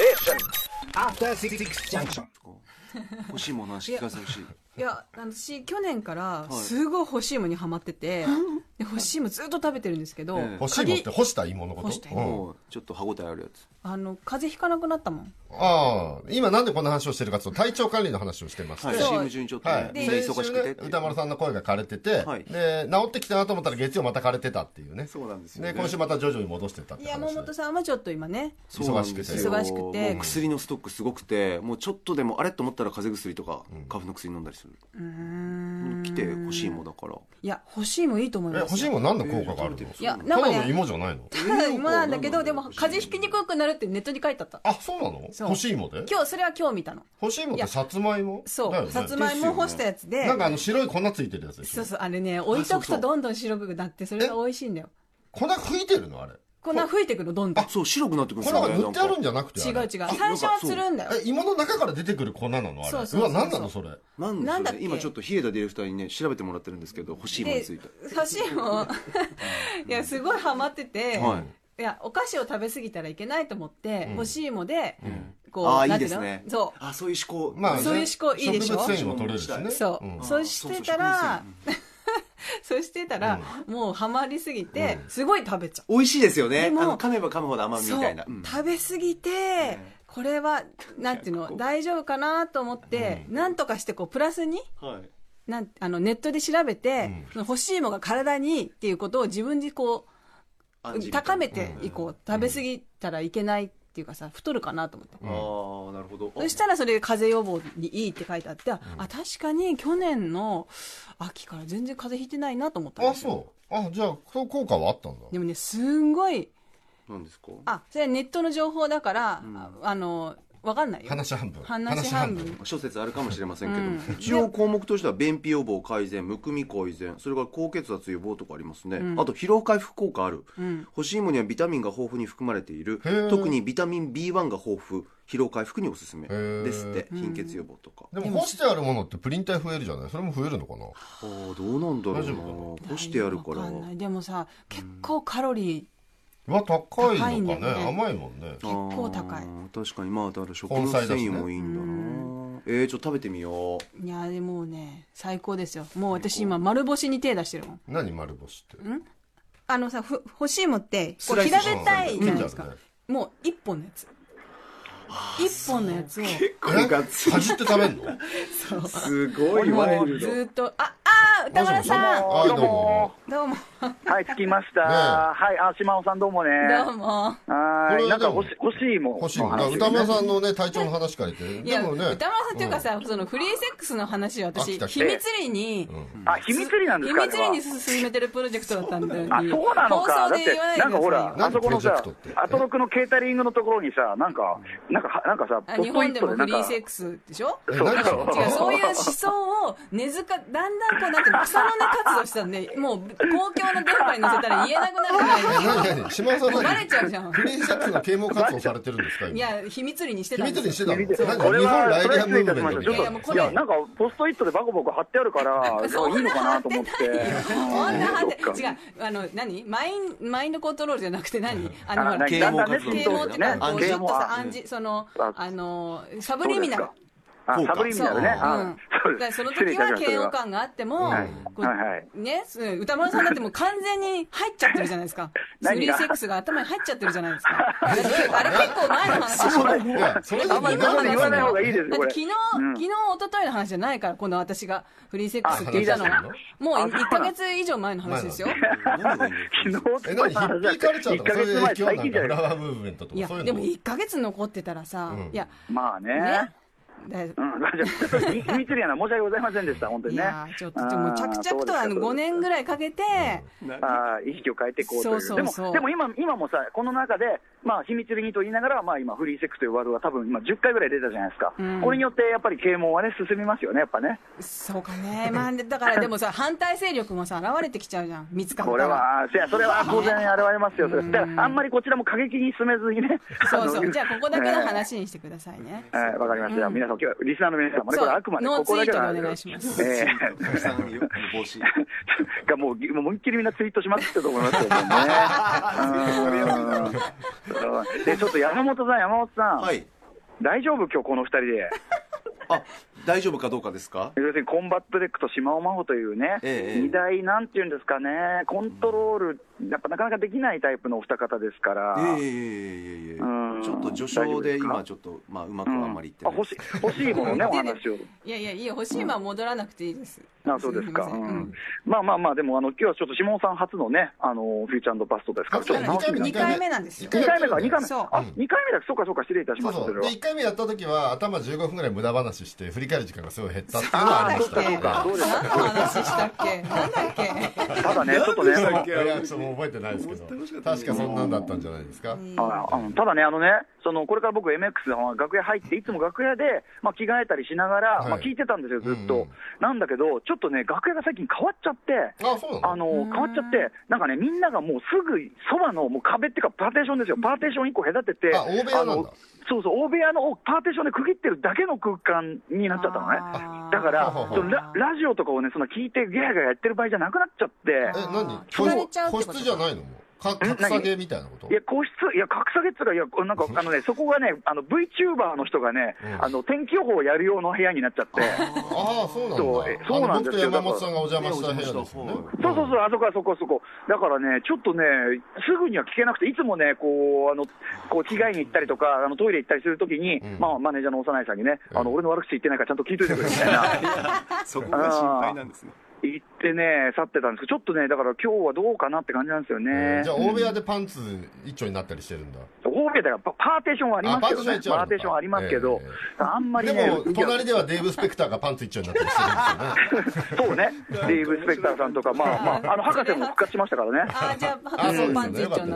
After Six Junction。 欲しいもの話聞かせてほしい。 いや、私去年からすごい干し芋にハマってて、で干し芋ずっと食べてるんですけど、 干し芋って干した芋のこと？ 干した芋、 ちょっと歯応えあるやつ。 風邪ひかなくなったもん。 ああ、今なんでこんな話をしてるかというと、体調管理の話をしてまして、 はい、CM 中にちょっとね、忙しくてって。 歌丸さんの声が枯れてて、で治ってきたなと思ったら月曜また枯れてたっていうね。 そうなんですよね。 今週また徐々に戻してたって話。 山本さんはちょっと今ね、 忙しくて薬のストックすごくて、もうちょっとでもあれと思ったら風邪薬とか花粉の薬飲んだりする。来て欲しい芋だから。 いや、欲しい芋いいと思います。 欲しい芋何の効果があるの？ いや、なんかね、 ただの芋じゃないの？ ただの芋なんだけど、でも風邪ひきにくくなるってネットに書いてあった。 あ、そうなの？干し芋で？ それは今日見たの。 干し芋ってさつまいも？ そう、さつまいも干したやつで、 なんか白い粉ついてるやつでしょ？ そうそう、あれね、置いとくとどんどん白くなって、それが美味しいんだよ。 粉吹いてるのあれ？ 粉吹いてくるどんどん。 あ、そう、白くなってくる。 粉が塗ってあるんじゃなくて？ 違う違う、最初はつるんだよ。 芋の中から出てくる粉なのあれ？ そうそう。 うわ、何なのそれ？ なんだっけ？今ちょっと日枝ディレクターにね調べてもらってるんですけど、欲しいものについて。 欲しいもん。いや、すごいハマってて、いや、お菓子を食べ過ぎたらいけないと思って、欲しいもで、 こう、いいですね。 そう。 あ、そういう思考。 まあ、 そういう思考いいでしょ？ 植物繊維も取れるしね。 そう。そうしてたら、もうハマりすぎて、すごい食べちゃう。 美味しいですよね。噛めば噛むほど甘みみたいな。 食べ過ぎて、これは、なんていうの、大丈夫かなと思って、なんとかしてこう、プラスに、ネットで調べて、干し芋が体にいいっていうことを自分でこう、高めていこう。食べ過ぎたらいけないっていうかさ、太るかなと思って。 ああ、なるほど。 そしたらそれ風邪予防にいいって書いてあって、確かに去年の秋から全然風邪ひいてないなと思ったんですよ。 あ、そう。じゃあ、効果はあったんだ。 でもね、すんごい。 何ですか？ それはネットの情報だから、わかんないよ。 話半分。 諸説あるかもしれませんけど、一応項目としては便秘予防改善、むくみ改善、それから高血圧予防とかありますね。あと疲労回復効果ある。干し芋にはビタミンが豊富に含まれている。特にビタミン B1 が豊富。疲労回復におすすめですって。貧血予防とか。 でも干してあるものってプリン体増えるじゃない？それも増えるのかな？ どうなんだろうな。干してあるから。 でもさ、結構カロリー高いのかね。甘いもんね。 結構高い。 確かに、まあだから食物繊維もいいんだな。ちょっと食べてみよう。いや、でもね、最高ですよ。もう私今丸干しに手出してるもん。 何丸干しって？ さ、干し芋ってこう平べったいじゃないですか。もう一本のやつ。一本のやつを結構ガツかじって食べるの？ そう。 すごいワイルド。 ずっと歌丸さん。 どうも。 はい、着きました。はい、島尾さんどうもね。 どうも。 はい、なんか欲しいもん。 欲しいもん。歌丸さんのね、体調の話から言って。 いや、歌丸さんっていうかさ、そのフリーセックスの話を私、秘密裏に。 秘密裏なんですか？ 秘密裏に進めてるプロジェクトだったんだよ。 そうなのか。 放送で言わないでくださいよ。 なんかほら、あそこのさ、アトロクのケータリングのところにさ、なんかさ、 日本でもフリーセックスでしょ？ そうそういう思想をだんだんこうなんていうの、草の根活動してたんで、もう公共の電波に乗せたら言えなくなるじゃないですか。 島田さんバレちゃうじゃん。 フリーセックスの啓蒙活動されてるんですか？ いや、秘密裏にしてたんです。秘密裏にしてたの？日本ライブムーブメントみたいな。 いや、なんかポストイットでバコバコ貼ってあるから、いいのかなと思って。 そんな貼って違う、何マインドコントロールじゃなくて啓蒙活動。 啓蒙っていうか、ちょっとさ、サブリミナル。 サブリミナルね。 その時は嫌悪感があっても、ね、歌丸さんだってもう完全に入っちゃってるじゃないですか。フリーセックスが頭に入っちゃってるじゃないですか。あれ結構前の話でしょ。 それあんまり言わない方がいいですよ、これ。 昨日、一昨日の話じゃないから、この私がフリーセックスって言ったのは。もう1ヶ月以上前の話ですよ。 昨日、 ヒッピーカルチャーとかそういう影響なんだ。フラワームーブメントとか。 いや、でも1ヶ月残ってたらさ、いや、 まあね。秘密裏やな、申し訳ございませんでした、本当にね。 いや、ちょっと、でも着々と5年ぐらいかけて、 意識を変えていこうという。でも今もさ、この中で、秘密裏にと言いながら、今、フリーセックスというワードが多分今10回ぐらい出たじゃないですか。これによって、やっぱり啓蒙はね、進みますよね、やっぱね。 そうかね。だからでもさ、反対勢力もさ、現れてきちゃうじゃん、見つかったら。 それは当然現れますよ。だからあんまりこちらも過激に進めずにね。 そう。じゃあ、ここだけの話にしてくださいね。 わかりました。皆さん、今日リスナーの皆さんもね、これあくまでここだけの話。 ノーツイートでお願いします。 もう思いっきりみんなツイートしまくってると思いますけどね。 で、ちょっと山本さん。 はい。 大丈夫今日この二人で。 あ、大丈夫かどうかですか？ 要するにコンバットデックと島尾真帆というね、2大なんていうんですかね、コントロール、やっぱなかなかできないタイプのお二方ですから。 ちょっと序章で今ちょっと、うまくあんまり言ってない。 欲しいものね、お話を。 いや、欲しいものは戻らなくていいです。 そうですか。まあ、でも今日はちょっと島尾さん初のね、フューチャー&パストですから、ちょっと楽しみ 2回目なんですよ。 2回目か、2回目。 そう。 2回目だ、そうか、失礼いたしました。 で、1回目やった時は頭15分ぐらい無駄話して、振り返る時間がすごい減ったっていうのはありました。 何の話したっけ？なんだっけ？ ただね、ちょっとね、 いや、ちょっともう覚えてないですけど、確かそんなんだったんじゃないですか。 ただね、これから僕 MX の楽屋入って、いつも楽屋で、着替えたりしながら、聞いてたんですよ、ずっと。なんだけど、ちょっとね、楽屋が最近変わっちゃって、変わっちゃって、なんかね、みんながもうすぐそばのもう壁っていうか、パーテーションですよ、パーテーション1個隔てて、 大部屋なんだ。 そう、大部屋のパーテーションで区切ってるだけの空間になっちゃったのね。だから、ラジオとかをね、聞いてゲヤゲヤやってる場合じゃなくなっちゃって。 何？個室じゃないの？格下げみたいなこと？ いや、格下げっていうか、なんかそこがね、VTuber の人がね、天気予報をやる用の部屋になっちゃって。 ああ、そうなんだ。 そうなんですよ。 山本さんがお邪魔した部屋ですよね。 そう、あそこ。だからね、ちょっとね、すぐには聞けなくて、いつもね、こう、着替えに行ったりとか、トイレ行ったりするときに、マネージャーの幼いさんにね、俺の悪口言ってないからちゃんと聞いといてくれみたいな。 そこが心配なんですね。 行ってね、去ってたんですけど、ちょっとね、だから今日はどうかなって感じなんですよね。 じゃあ、大部屋でパンツ一丁になったりしてるんだ。 大部屋だからパーテーションはありますけどね。パーテーションはありますけど、あんまりね。 でも、隣ではデーブ・スペクターがパンツ一丁になったりしてるんですよね。 そうね。デーブ・スペクターさんとか、博士も復活しましたからね。 じゃあ、博士もパンツ一丁になって。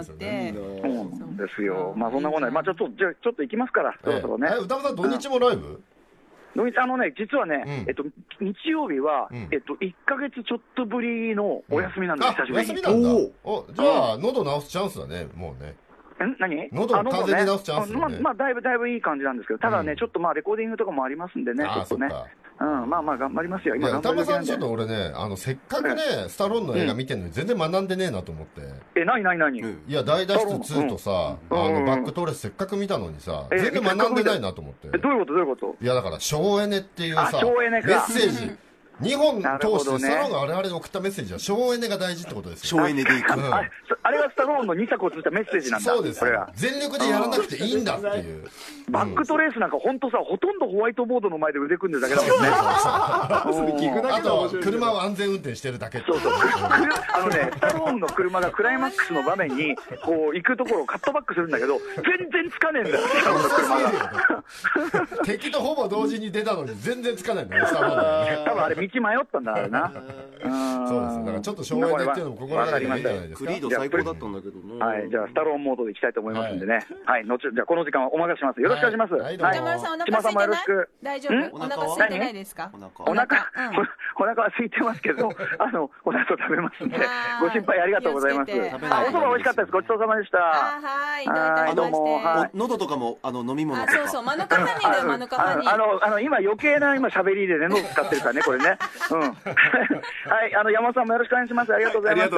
そうですよ。そんなもんない。ちょっと行きますから、そろそろね。 歌丸さん、土日もライブ？ 実はね、日曜日は、1ヶ月ちょっとぶりのお休みなんです、久しぶりに。 休みなんだ。じゃあ、喉治すチャンスだね、もうね。 何？ 喉完全に治すチャンスだね。 だいぶいい感じなんですけど、ただね、ちょっとレコーディングとかもありますんでね、ちょっとね。頑張りますよ、今。 歌丸さん、ちょっと俺ね、せっかくね、スタローンの映画見てんのに全然学んでねえなと思って。 何？ いや、大脱出2とさ、バックトレスせっかく見たのにさ、全然学んでないなと思って。 どういうこと？ いや、だから、省エネっていうさ、メッセージ。2本通してスタローンが我々に送ったメッセージは省エネが大事ってことですよ。 省エネでいく。 あれがスタローンの2作を通じたメッセージなんだ。 そうです。全力でやらなくていいんだっていう。 バックトレースなんか本当さ、ほとんどホワイトボードの前で腕組んでるだけだもんね。 あと、車を安全運転してるだけ。 スタローンの車がクライマックスの場面にこう行くところをカットバックするんだけど、全然つかねえんだよ、スタローンの車が。敵とほぼ同時に出たのに全然つかないんだよ、スタローン。 多分あれ道迷ったんだ、あれな。 そうです。だからちょっと省エネっていうのも心がけていいんじゃないですか。 クリード最高だったんだけどな。 はい、じゃあスタローンモードでいきたいと思いますんでね。はい、じゃあこの時間はお任せします。よろしくお願いします。 はい、歌丸さん、お腹空いてない？大丈夫？お腹空いてないですか？ お腹は空いてますけど、お納豆食べますんで、ご心配ありがとうございます。お蕎麦美味しかったです。ごちそうさまでした。 はい、どういたしまして。 喉とかも飲み物とか。 そう、マヌカハニーだよ、マヌカハニー。 今余計な喋りでね、喉使ってるからね、これね。はい、山本さんもよろしくお願いします。ありがとうございました。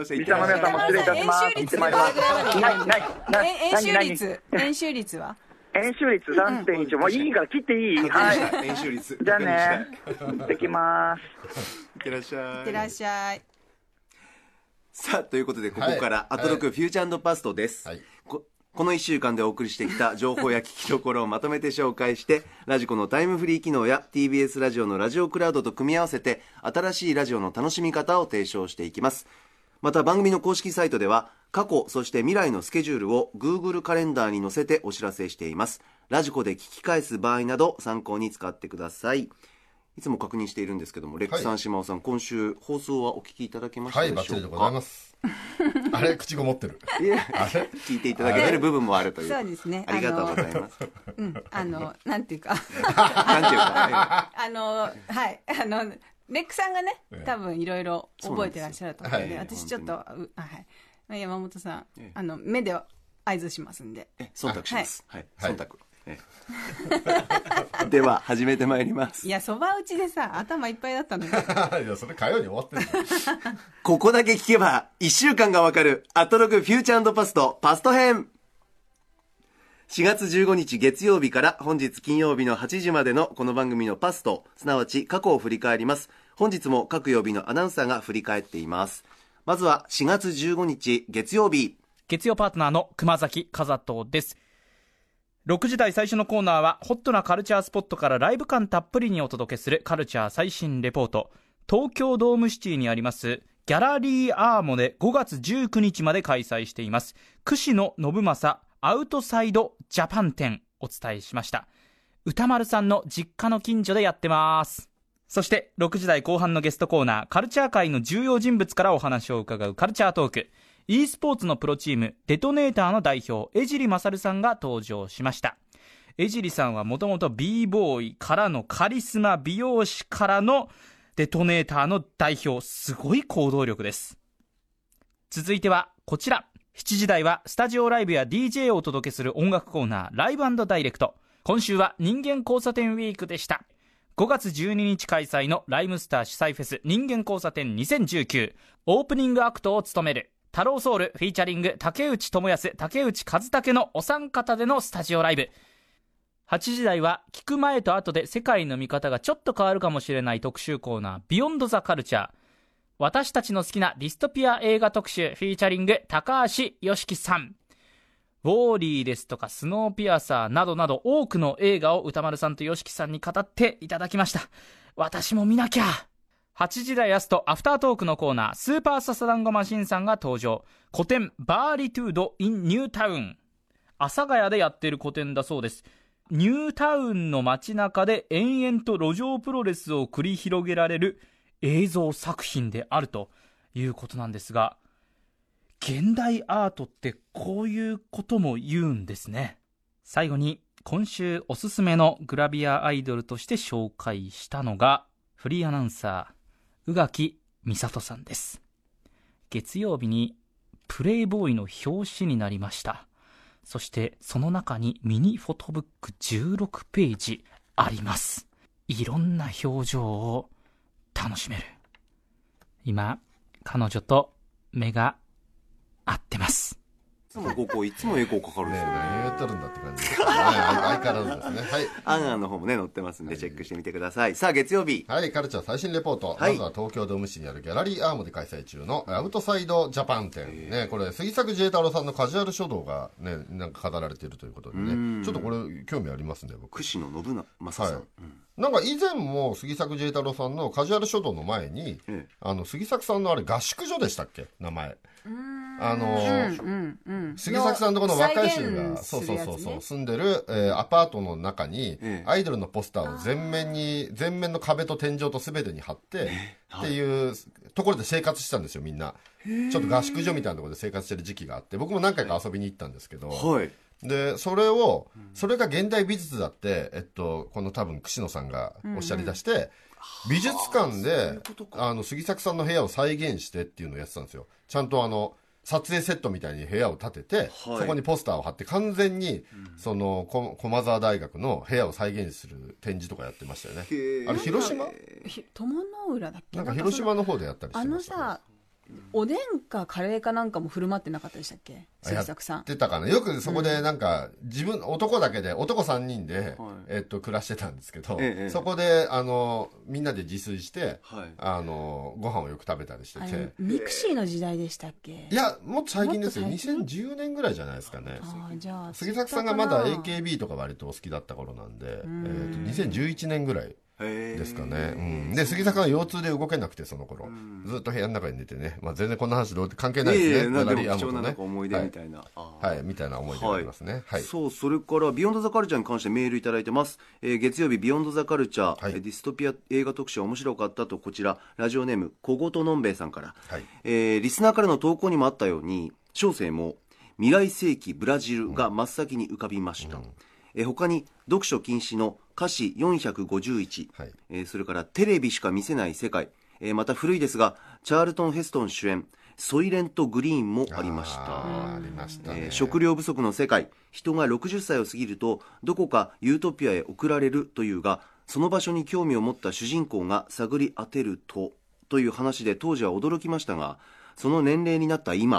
リスナーの皆さんも失礼いたします。 円周率は円周率 3.1。もういいから切っていい？はい。 円周率。 じゃあね。行ってきます。 いってらっしゃい。 いってらっしゃい。 さあ、ということで、ここから、アトロクフューチャー&パストです。この1週間でお送りしてきた情報や聞きどころをまとめて紹介して、ラジコのタイムフリー機能や TBS ラジオのラジオクラウドと組み合わせて、新しいラジオの楽しみ方を提唱していきます。また番組の公式サイトでは、過去そして未来のスケジュールを Google カレンダーに載せてお知らせしています。ラジコで聞き返す場合など参考に使ってください。いつも確認しているんですけども、レックさん、島尾さん、今週放送はお聞きいただけましたでしょうか？ はい、バッチリでございます。あれ、口ごもってる。 聞いていただけてる部分もあるという。 そうですね。 ありがとうございます。 なんていうか。 はい。 レックさんがね、多分いろいろ覚えてらっしゃると思うので、私ちょっと、はい。山本さん、目で合図しますんで。 忖度します。はい。忖度。では始めてまいります。 いや、そば打ちでさ、頭いっぱいだったのよ。 いや、それ火曜に終わってる。 ここだけ聞けば1週間がわかるアトロクフューチャー&パストパスト編。 4月15日月曜日から本日金曜日の8時までのこの番組のパスト、すなわち過去を振り返ります。本日も各曜日のアナウンサーが振り返っています。まずは4月15日月曜日、 月曜パートナーの熊崎和人です。6時台最初のコーナーはホットなカルチャースポットからライブ感たっぷりにお届けするカルチャー最新レポート。東京ドームシティにありますギャラリーアーモで5月19日まで開催しています串野信正アウトサイドジャパン展、お伝えしました。歌丸さんの実家の近所でやってます。そして6時台後半のゲストコーナー、カルチャー界の重要人物からお話を伺うカルチャートーク。e スポーツのプロチームデトネーターの代表江尻勝さんが登場しました。江尻さんはもともと b ボーイからのカリスマ美容師からのデトネーターの代表、すごい行動力です。続いてはこちら、7時台はスタジオライブや DJ をお届けする音楽コーナーライブ&ダイレクト。今週は人間交差点ウィークでした。5月12日開催のライムスター主催フェス人間交差点2019、オープニングアクトを務める太郎ソウルフィーチャリング竹内智康竹内和武のお三方でのスタジオライブ。8時台は聞く前と後で世界の見方がちょっと変わるかもしれない特集コーナービヨンドザカルチャー。私たちの好きなディストピア映画特集フィーチャリング高橋良樹さん。ウォーリーですとかスノーピアサーなどなど多くの映画を歌丸さんと良樹さんに語っていただきました。私も見なきゃ。8時台ラストアフタートークのコーナー、スーパーササダンゴマシンさんが登場。個展バーリトゥード in ニュータウン、阿佐ヶ谷でやっている個展だそうです。ニュータウンの街中で延々と路上プロレスを繰り広げられる映像作品であるということなんですが、現代アートってこういうことも言うんですね。最後に今週おすすめのグラビアアイドルとして紹介したのがフリーアナウンサー宇垣美里さんです。月曜日にプレイボーイの表紙になりました。そしてその中にミニフォトブック16ページあります。いろんな表情を楽しめる。今彼女と目が合ってます。 いつもここいつもエコーかかるんですよね。 何やってるんだって感じですね。相変わらずですね。はい。 アンアンの方もね載ってますんでチェックしてみてください。さあ月曜日。 はい、カルチャー最新レポート。まずは東京ドーム市にあるギャラリーアームで開催中のアウトサイドジャパン展。ね、これ杉作 J 太郎さんのカジュアル書道がね、なんか飾られているということでね。ちょっとこれ興味ありますね、僕。 串野信正さん。はい。 なんか以前も杉作 J 太郎さんのカジュアル書道の前に、杉作さんのあれ合宿所でしたっけ、名前。杉作さんのとこの若い衆が、そう住んでる、アパートの中に、アイドルのポスターを全面の壁と天井と全てに貼って、っていうところで生活してたんですよ、みんな。ちょっと合宿所みたいなところで生活してる時期があって、僕も何回か遊びに行ったんですけど、でそれが現代美術だって、この多分串野さんがおっしゃり出して、美術館で杉作さんの部屋を再現してっていうのをやってたんですよ。ちゃんと撮影セットみたいに部屋を建てて、そこにポスターを貼って完全にその駒澤大学の部屋を再現する展示とかやってましたよね。あれ広島友の浦だっけ。 なんか広島の方でやったりしてました、ね。 おでんかカレーかなんかも振る舞ってなかったでしたっけ、杉作さん。 やってたかな。よくそこでなんか、男3人で、暮らしてたんですけど、そこでみんなで自炊して、ご飯をよく食べたりしてて。 ミクシーの時代でしたっけ。 いや、もっと最近ですよ。2010年ぐらいじゃないですかね。杉作さんがまだ AKB とか割とお好きだった頃なんで、2011年ぐらいですかね。で杉作は腰痛で動けなくて、その頃ずっと部屋の中に寝てね、全然こんな話関係ないですね。 貴重な思い出みたいな、 みたいな思い出がありますね。 そう、それからビヨンドザカルチャーに関してメールいただいてます。月曜日ビヨンドザカルチャー、ディストピア映画特集面白かったと、こちらラジオネーム小言のんべえさんから、リスナーからの投稿にもあったように、小生も未来世紀ブラジルが真っ先に浮かびました。他に読書禁止の歌詞451、それからテレビしか見せない世界、また古いですがチャールトン・ヘストン主演ソイレント・グリーンもありました。食料不足の世界、人が60歳を過ぎるとどこかユートピアへ送られるというが、その場所に興味を持った主人公が探り当てるという話で当時は驚きましたが、その年齢になった今、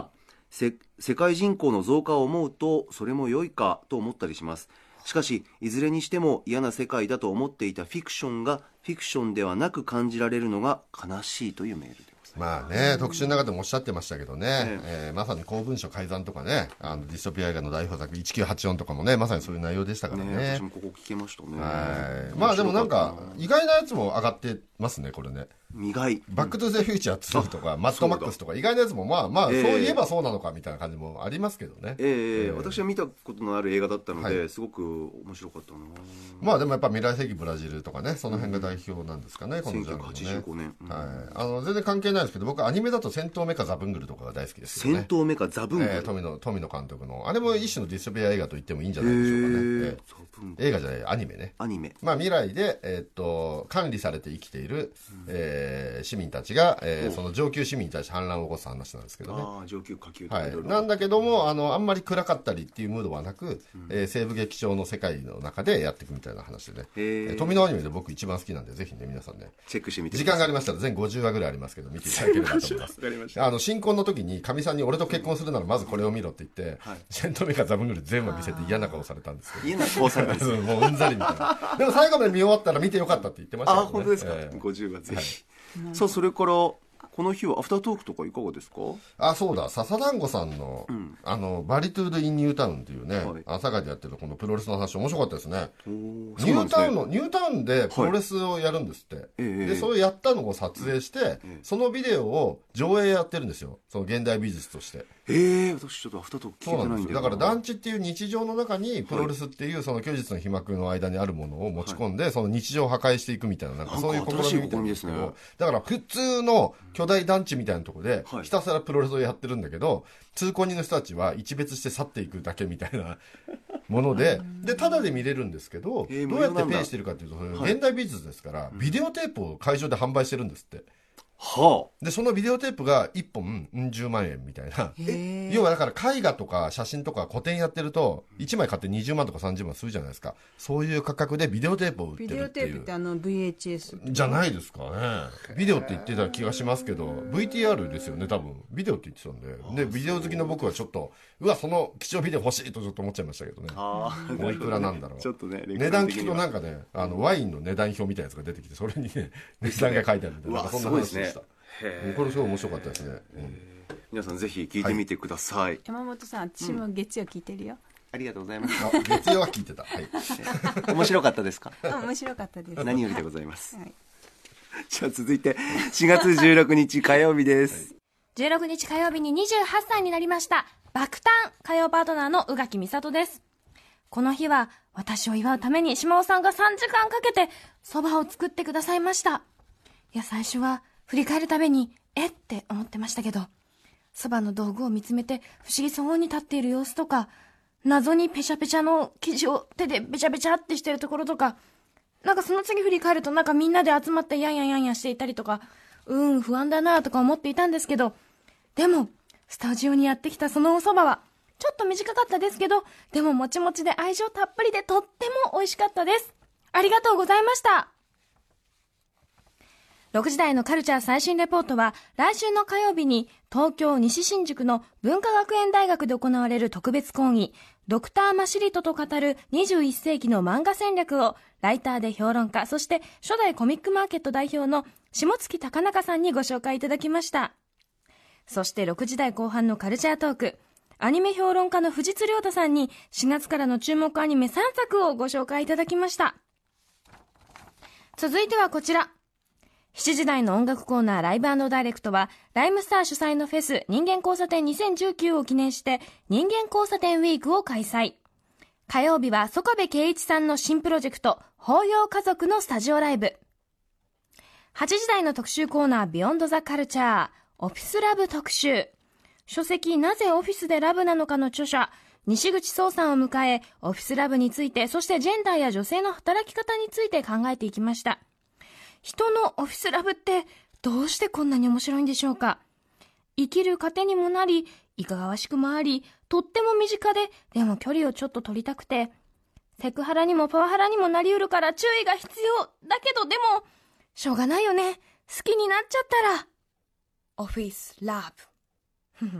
世界人口の増加を思うとそれも良いかと思ったりします。しかしいずれにしても嫌な世界だと思っていたフィクションがフィクションではなく感じられるのが悲しいというメールでございます。 まあね、特集の中でもおっしゃってましたけどね、まさに公文書改ざんとかね、ディストピア映画の代表作1984とかもね、まさにそういう内容でしたからね。 私もここ聞けましたね。 まあでもなんか意外なやつも上がってますね、これね。 苦いバックトゥザフューチャー2とかマッドマックスとか意外なやつもまあそういえばそうなのかみたいな感じもありますけどね。 私は見たことのある映画だったので、すごく面白かったな。 まあでもやっぱ未来世紀ブラジルとかね、その辺が代表なんですかね、このジャンルね。 1985年。 全然関係ないですけど、僕アニメだと戦闘メカザブングルとかが大好きですよね。 戦闘メカザブングル、 富野監督のあれも一種のディストピア映画と言ってもいいんじゃないでしょうかね。映画じゃない、アニメね。 アニメ。 まあ未来で管理されて生きている市民たちがその上級市民に対して反乱を起こす話なんですけどね。 上級下級とかいろいろ。 なんだけどもあんまり暗かったりっていうムードはなく、西部劇場の世界の中でやっていくみたいな話でね。富野アニメで僕一番好きなんで、ぜひね皆さんねチェックしてみて時間がありましたら全50話ぐらいありますけど見ていただければと思います。新婚の時にかみさんに俺と結婚するならまずこれを見ろって言って、戦闘メカザブングル全部見せて嫌な顔されたんですけど、 嫌な顔されたんですもううんざりみたいな。でも最後まで見終わったら見てよかったって言ってましたけどね。 本当ですか。50話ぜひ。さあそれからこの日はアフタートークとかいかがですか。 そうだ、笹団子さんの、バリトゥード・イン・ニュータウンっていうね、朝霞でやってるこのプロレスの話面白かったですね。ニュータウンでプロレスをやるんですって。でそれをやったのを撮影して、そのビデオを上映やってるんですよ、その現代美術として。 私ちょっとアフタートーク聞いてないんで。 だから団地っていう日常の中にプロレスっていうその虚実の被膜の間にあるものを持ち込んで、その日常を破壊していくみたいな、なんかそういう試みみたいなんですけど、だから普通の巨大団地みたいなところでひたすらプロレスをやってるんだけど、通行人の人たちは一別して去っていくだけみたいなもので、タダで見れるんですけど、どうやってペイしてるかっていうと、現代美術ですからビデオテープを会場で販売してるんですって。でそのビデオテープが1本10万円みたいな。要はだから絵画とか写真とか古典やってると1枚買って20万とか30万するじゃないですか。そういう価格でビデオテープを売ってるっていう。ビデオテープって VHS じゃないですかね。ビデオって言ってた気がしますけど VTR ですよね多分。ビデオって言ってたんで、ビデオ好きの僕はちょっとその貴重ビデオ欲しいとちょっと思っちゃいましたけどね。おいくらなんだろう。 ちょっとね値段聞くとなんかねワインの値段表みたいなやつが出てきて、それにね値段が書いてあるみたいな、そんな話でした。これすごい面白かったですね。 皆さんぜひ聞いてみてください。 山本さん、私も月曜聞いてるよ。 ありがとうございます。 月曜は聞いてた。 面白かったですか。 面白かったです。 何よりでございます。じゃあ続いて4月16日火曜日です。 16日火曜日に28歳になりました爆誕火曜パートナーの宇垣美里です。この日は私を祝うために島尾さんが3時間かけて蕎麦を作ってくださいました。いや最初は振り返るたびにって思ってましたけど、蕎麦の道具を見つめて不思議そうに立っている様子とか、謎にペチャペチャの生地を手でベチャベチャってしてるところとか、なんかその次振り返るとなんかみんなで集まってやんやんやんやんしていたりとか、不安だなとか思っていたんですけど、でもスタジオにやってきたそのお蕎麦はちょっと短かったですけど、でももちもちで愛情たっぷりでとっても美味しかったです。ありがとうございました。6時台のカルチャー最新レポートは、来週の火曜日に東京西新宿の文化学園大学で行われる特別講義、ドクター・マシリトと語る21世紀の漫画戦略を、ライターで評論家、そして初代コミックマーケット代表の下月高中さんにご紹介いただきました。そして6時台後半のカルチャートーク、アニメ評論家の藤津亮太さんに4月からの注目アニメ3作をご紹介いただきました。続いてはこちら。7時台の音楽コーナーライブ&ダイレクトは、ライムスター主催のフェス人間交差点2019を記念して人間交差点ウィークを開催。火曜日は曽我部圭一さんの新プロジェクト法要家族のスタジオライブ。8時台の特集コーナービヨンドザカルチャーオフィスラブ特集。書籍なぜオフィスでラブなのかの著者西口壮さんを迎え、オフィスラブについて、そしてジェンダーや女性の働き方について考えていきました。人のオフィスラブってどうしてこんなに面白いんでしょうか。生きる糧にもなり、いかがわしくもあり、とっても身近で、でも距離をちょっと取りたくて、セクハラにもパワハラにもなりうるから注意が必要だけど、でもしょうがないよね。好きになっちゃったらオフィスラブ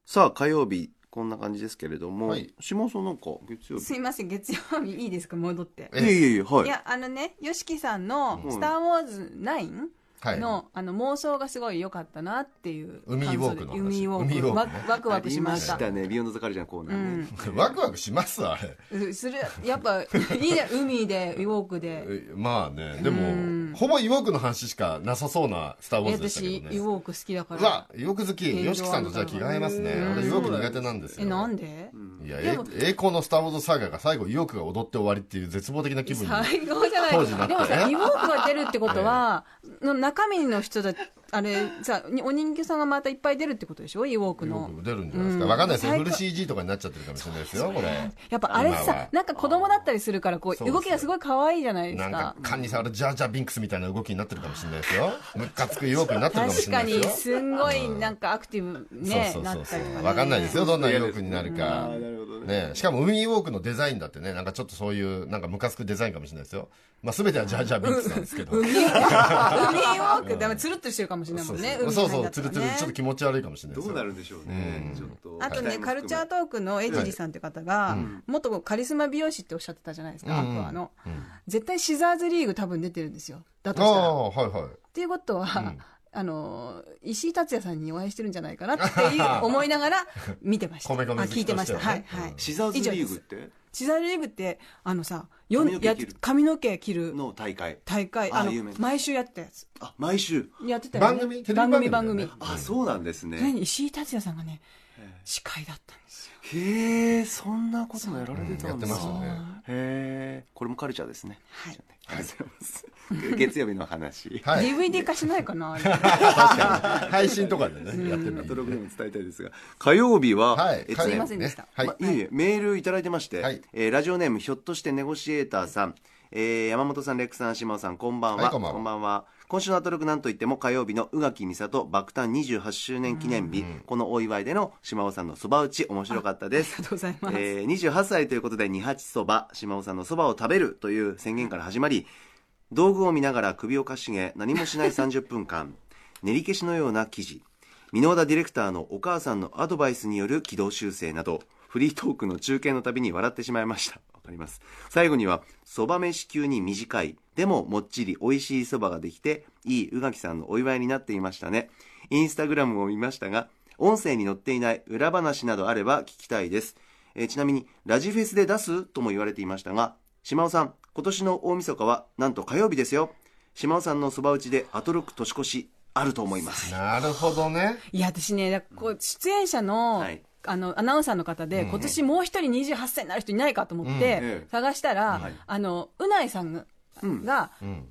さあ火曜日こんな感じですけれども、島尾さんなんか月曜日、 すいません、月曜日いいですか、戻って。 いや、はい。 いや、YOSHIKIさんのスターウォーズ9の、妄想がすごい良かったなっていう海ウォークの話。 海ウォーク、ワクワクしました。 ありましたね、ビヨンドザカルチャーのコーナーね。 ワクワクしますあれ。やっぱいいじゃん、海でウォークで。 まあね、でもほぼウォークの話しかなさそうなスターウォーズでしたけどね。 私ウォーク好きだから。 うわ、ウォーク好き。YOSHIKIさんとじゃあ気が合いますね。俺ウォーク苦手なんですよ。 なんで？ いや、栄光のスターウォーズサーガが最後ウォークが踊って終わりっていう絶望的な気分に最高じゃない。でもさ、ウォークが出るってことは中身の人たち、あれさ、お人形さんがまたいっぱい出るってことでしょ、イウォークの。 出るんじゃないですか。わかんないですよ。フル CG とかになっちゃってるかもしれないですよ、これ。 やっぱあれさ、なんか子供だったりするから、こう、動きがすごい可愛いじゃないですか。 なんか、缶に触るジャージャービンクスみたいな動きになってるかもしれないですよ。ムカつくイウォークになってるかもしれないですよ。 確かに、すんごいなんかアクティブね、なったりとかね。 わかんないですよ、どんなイウォークになるか。ね、しかも海ウォークのデザインだってね、なんかちょっとそういうなんかムカつくデザインかもしれないですよ。まあ全てはジャージャービンクスなんですけど。 海ウォークでもつるっとしてるかもしれないもんね。 そうそう、つるつる、ちょっと気持ち悪いかもしれないですよ。 どうなるんでしょうね。ちょっと。 あとね、カルチャートークのエジリさんって方が、元カリスマ美容師っておっしゃってたじゃないですか、アクアの。絶対シザーズリーグ多分出てるんですよ。だとしたら。 はいはい。 っていうことは、石井達也さんにお会いしてるんじゃないかなって思いながら見てました。聞いてました。はい。 シザーズリーグってシザーズリーグって髪の毛切るの大会毎週やってたやつ。 あ、毎週やってたよね。番組。 あ、そうなんですね。 石井達也さんがね、司会だったんですよ。 へえ、そんなこともやられてたんですか。 へえ、これもカルチャーですね。 はい。 ありがとうございます。月曜日の話。 DVD 化しないかな。 確かに配信とかでねやってる。 アトログでも伝えたいですが、火曜日はすいませんでした。 メールいただいてまして、ラジオネームひょっとしてネゴシエーターさん、山本さん、レックさん、島尾さん、こんばんは。こんばんは。今週のアトロクなんといっても火曜日の宇垣美里爆誕28周年記念日、このお祝いでの島尾さんのそば打ち面白かったです。 ありがとうございます。 28歳ということで二八そば、島尾さんのそばを食べるという宣言から始まり、道具を見ながら首をかしげ何もしない30分間練り消しのような記事、箕輪田ディレクターのお母さんのアドバイスによる軌道修正など、フリートークの中継のたびに笑ってしまいました。わかります。最後にはそば飯級に短いでももっちり美味しいそばができていい宇垣さんのお祝いになっていましたね。インスタグラムを見ましたが、音声に載っていない裏話などあれば聞きたいです。ちなみにラジフェスで出すとも言われていましたが、島尾さん、今年の大晦日はなんと火曜日ですよ。島尾さんのそば打ちでアトロック年越しあると思います。 なるほどね。 いや、私ね、出演者の、アナウンサーの方で、今年もう一人28歳になる人いないかと思って探したら、うないさんが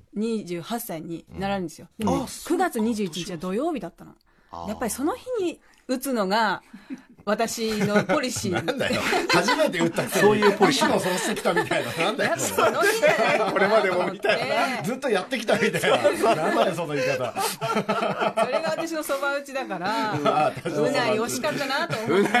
28歳になられるんですよ。でも9月21日は土曜日だったの。やっぱりその日に打つのが私のポリシー。 なんだよ。初めて打ったくせに。そういうポリシー。そうしてきたみたいな。なんだよ。 その日じゃない。 これまでもみたいな。ずっとやってきたみたいな。なんだよ、その言い方。 それが私のそば打ちだから、うない惜しかったなと思った。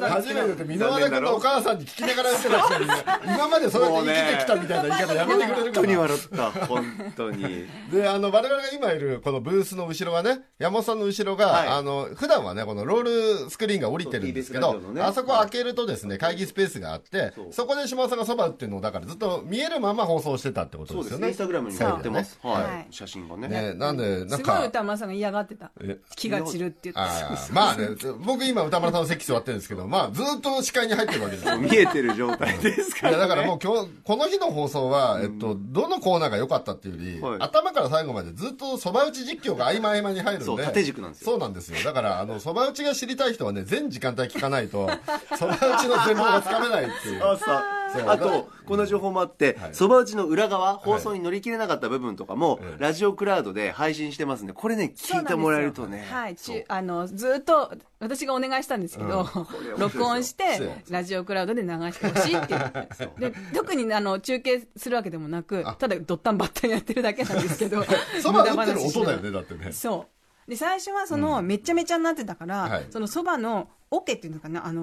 初めてって、箕輪田君のお母さんに聞きながら打ってた人に、今までそうやって生きてきたみたいな言い方やめてくれるから。 本当に笑った。本当に。 で、我々が今いるこのブースの後ろはね、山本さんの後ろが、普段はね、このロールスクリーンが降りてるんですけど、あそこ開けるとですね、会議スペースがあって、そこで島尾さんがそば打ってるのをだからずっと見えるまま放送してたってことですよね。 インスタグラムに載ってます。写真がね。 なんで、なんか。 すごい歌丸さんが嫌がってた。気が散るって言って。 まあね、僕今歌丸さんの席座ってるんですけど、まあずっと視界に入ってるわけですよ。 見えてる状態ですから。 だからもう今日、この日の放送は、どのコーナーが良かったっていうより、頭から最後までずっとそば打ち実況が合間合間に入るんで。 そう、縦軸なんですよ。 そうなんですよ。だから、そば打ちが知りたい人はね、全時間帯聞かないと、そば打ちの全貌がつかめないっていう。 あと、この情報もあって、そば打ちの裏側、放送に乗り切れなかった部分とかも、ラジオクラウドで配信してますんで、これね、聞いてもらえるとね。 はい。ずっと、私がお願いしたんですけど、録音して、ラジオクラウドで流してほしいっていう。で、特に中継するわけでもなく、ただドッタンバッタンやってるだけなんですけど。 そば打ってる音だよね、だってね。 そう。で、最初はめちゃめちゃになってたから、そのそばの桶っていうのかな、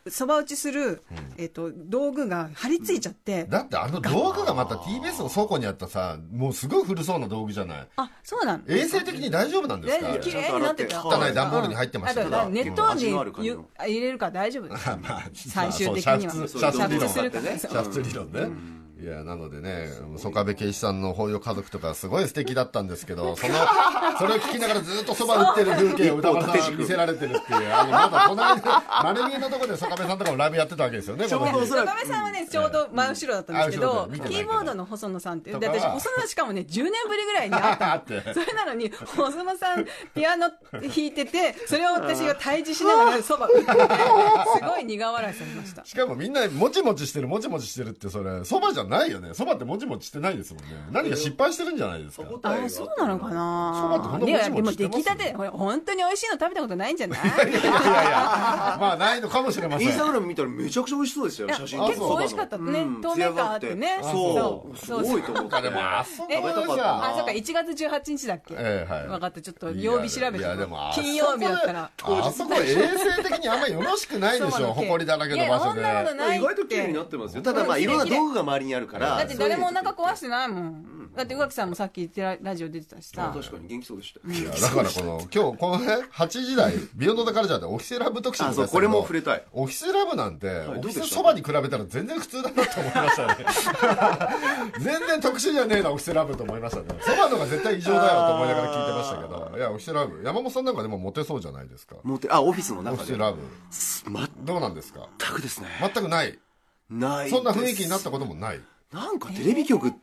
そば打ちする、道具が張り付いちゃって。 だって道具がまた TBS の倉庫にあったさ、もうすごい古そうな道具じゃない。 あ、そうなの？ 衛生的に大丈夫なんですか？ 綺麗になってた。 汚い段ボールに入ってましたけど。 熱湯に入れるから大丈夫です。最終的には。煮沸するからね。 煮沸理論ね。いや、なのでね、曽我部圭一さんの法要家族とかすごい素敵だったんですけど、それを聞きながらずっとそば打ってる風景を歌丸さん見せられてるっていう、まだ隣で、丸見えのところで曽我部さんとかもライブやってたわけですよね、 曽我部さんはね、ちょうど真後ろだったんですけど、キーボードの細野さんって、で、私、細野しかもね、10年ぶりぐらいに会ったの。それなのに、細野さん、ピアノ弾いてて、それを私が対峙しながらそば打ってて、すごい苦笑いされました。 しかもみんな、もちもちしてるって、それ、そばじゃないよね。そばってもちもちしてないですもんね。何か失敗してるんじゃないですか。 あ、そうなのかな。 そばってほんともちもちしてます。 でも出来たて、本当に美味しいの食べたことないんじゃない？いや、まあないのかもしれません。 インスタグラム見たらめちゃくちゃ美味しそうですよ、写真。 結構美味しかったね。透明感あってね。 そう。すごいと思った。でも、 そうか、1月18日だっけ？分かった、ちょっと曜日調べて。金曜日だったら。 あそこ衛生的にあんまりよろしくないでしょ、埃だらけの場所で。 意外と綺麗になってますよ。ただまあ、いろんな道具が周りにあるから。 だって誰もお腹壊してないもん。だって宇垣さんもさっき言ってラジオ出てたしさ。 確かに元気そうでした。 いや、だから今日このね、8時台、ビヨンドザカルチャーでオフィスラブ特集ですけど、 これも触れたい。 オフィスラブなんて、オフィスそばに比べたら全然普通だなと思いましたね。全然特殊じゃねえな、オフィスラブと思いましたね。そばのが絶対異常だよと思いながら聞いてましたけど、いや、オフィスラブ、山本さんなんかでもモテそうじゃないですか。 オフィスの中で。 オフィスラブ。どうなんですか？ 全くですね。 全くない。 ない。 そんな雰囲気になったこともない。 なんかテレビ局って、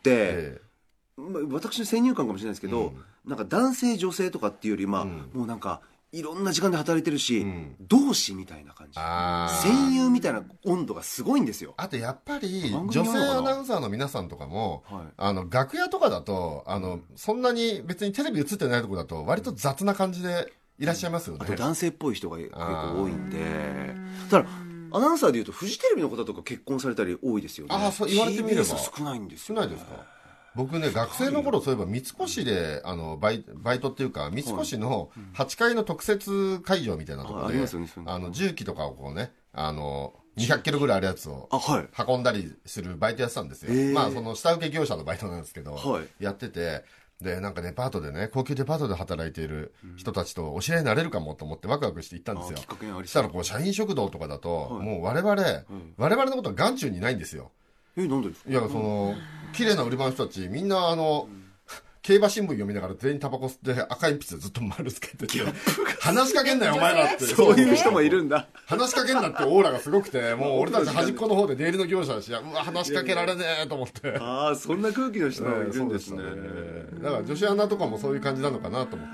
私の先入観かもしれないですけど、なんか男性女性とかっていうよりもうなんかいろんな時間で働いてるし、同志みたいな感じ、戦友みたいな温度がすごいんですよ。 あとやっぱり女性アナウンサーの皆さんとかも、楽屋とかだとそんなに別にテレビ映ってないところだと割と雑な感じでいらっしゃいますよね。 あと男性っぽい人が結構多いんで、ただアナウンサーでいうとフジテレビの方とか結婚されたり多いですよね。 そう言われてみれば TBS 少ないんですよ、 少ないですか。僕ね、学生の頃そういえば三越でバイトっていうか、三越の8階の特設会場みたいなところで、重機とかをこうね、200キロぐらいあるやつを運んだりするバイトやってたんですよ。まあその下請け業者のバイトなんですけど、やってて、でなんかデパートでね、高級デパートで働いている人たちとお知り合いになれるかもと思ってワクワクして行ったんですよ。そしたらこう社員食堂とかだと、もう我々のことは眼中にないんですよ。 なんでですか？ いや、綺麗な売り場の人たちみんな競馬新聞読みながら全員タバコ吸って赤い筆ずっと丸つけてて、話しかけんなよお前らって。 そういう人もいるんだ。 話しかけんなってオーラがすごくて、もう俺たち端っこの方で出入りの業者だし、うわ話しかけられねえと思って。 そんな空気の人もいるんですね。 だから女子アナとかもそういう感じなのかなと思って。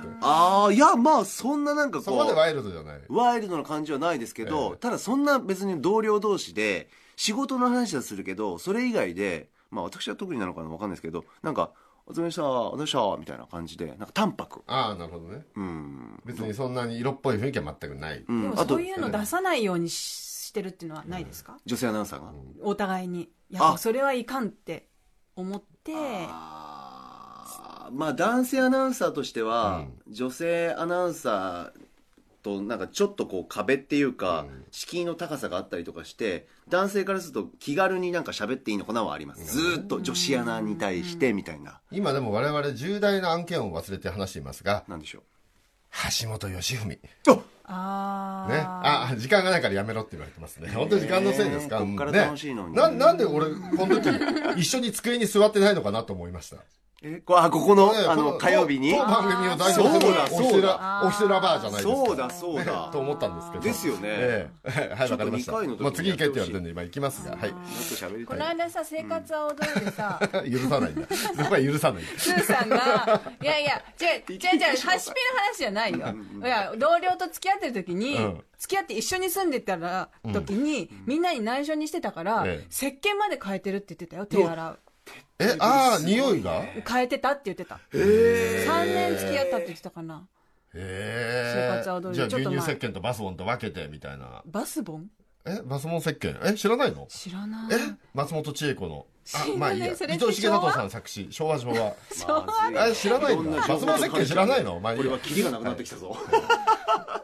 いやまあそんななんかこうそこまでワイルドじゃない、 ワイルドな感じはないですけど、ただそんな別に同僚同士で仕事の話はするけど、それ以外でまあ私は特になのかな分かんないですけど、なんかお疲れ様でしたみたいな感じで、なんか淡白。 なるほどね。別にそんなに色っぽい雰囲気は全くない。 でもそういうの出さないようにしてるっていうのはないですか？ 女性アナウンサーがお互いに、いやそれはいかんって思って。 まあ男性アナウンサーとしては、女性アナウンサーとなんかちょっとこう壁っていうか、敷居の高さがあったりとかして、男性からすると気軽になんか喋っていいのかなはあります。ずっと女子アナに対してみたいな。 今でも我々重大な案件を忘れて話していますが、 何でしょう。 橋本良文。ね、 時間がないからやめろって言われてますね。本当に時間のせいですか？ こっから楽しいのに。 なんで俺この時一緒に机に座ってないのかなと思いました。 ここの火曜日に当番組を代表するオフィスラバーじゃないですか。 そうだと思ったんですけど。 ですよね。 はい、わかりました。もう次行けって言われてるんで今行きますが、はい。 この間さ、生活は踊るでさ、 許さないんだ。そこは許さない。 スーさんが、いや違う、ハシピの話じゃないよ。いや、同僚と付き合ってる時に、付き合って一緒に住んでたら時に、みんなに内緒にしてたから、石鹸まで変えてるって言ってたよ、手洗う。 匂いが変えてたって言ってた。3年付き合ったって言ってたかな。生活は踊る。 じゃあ牛乳石鹸とバスボンと分けてみたいな。 バスボン？ バスボン石鹸知らないの？ 知らない。 松本千恵子の。まあいいや。伊藤重里さん作詞、昭和。知らないんだ。バスボン石鹸知らないの？ これはキリがなくなってきたぞ。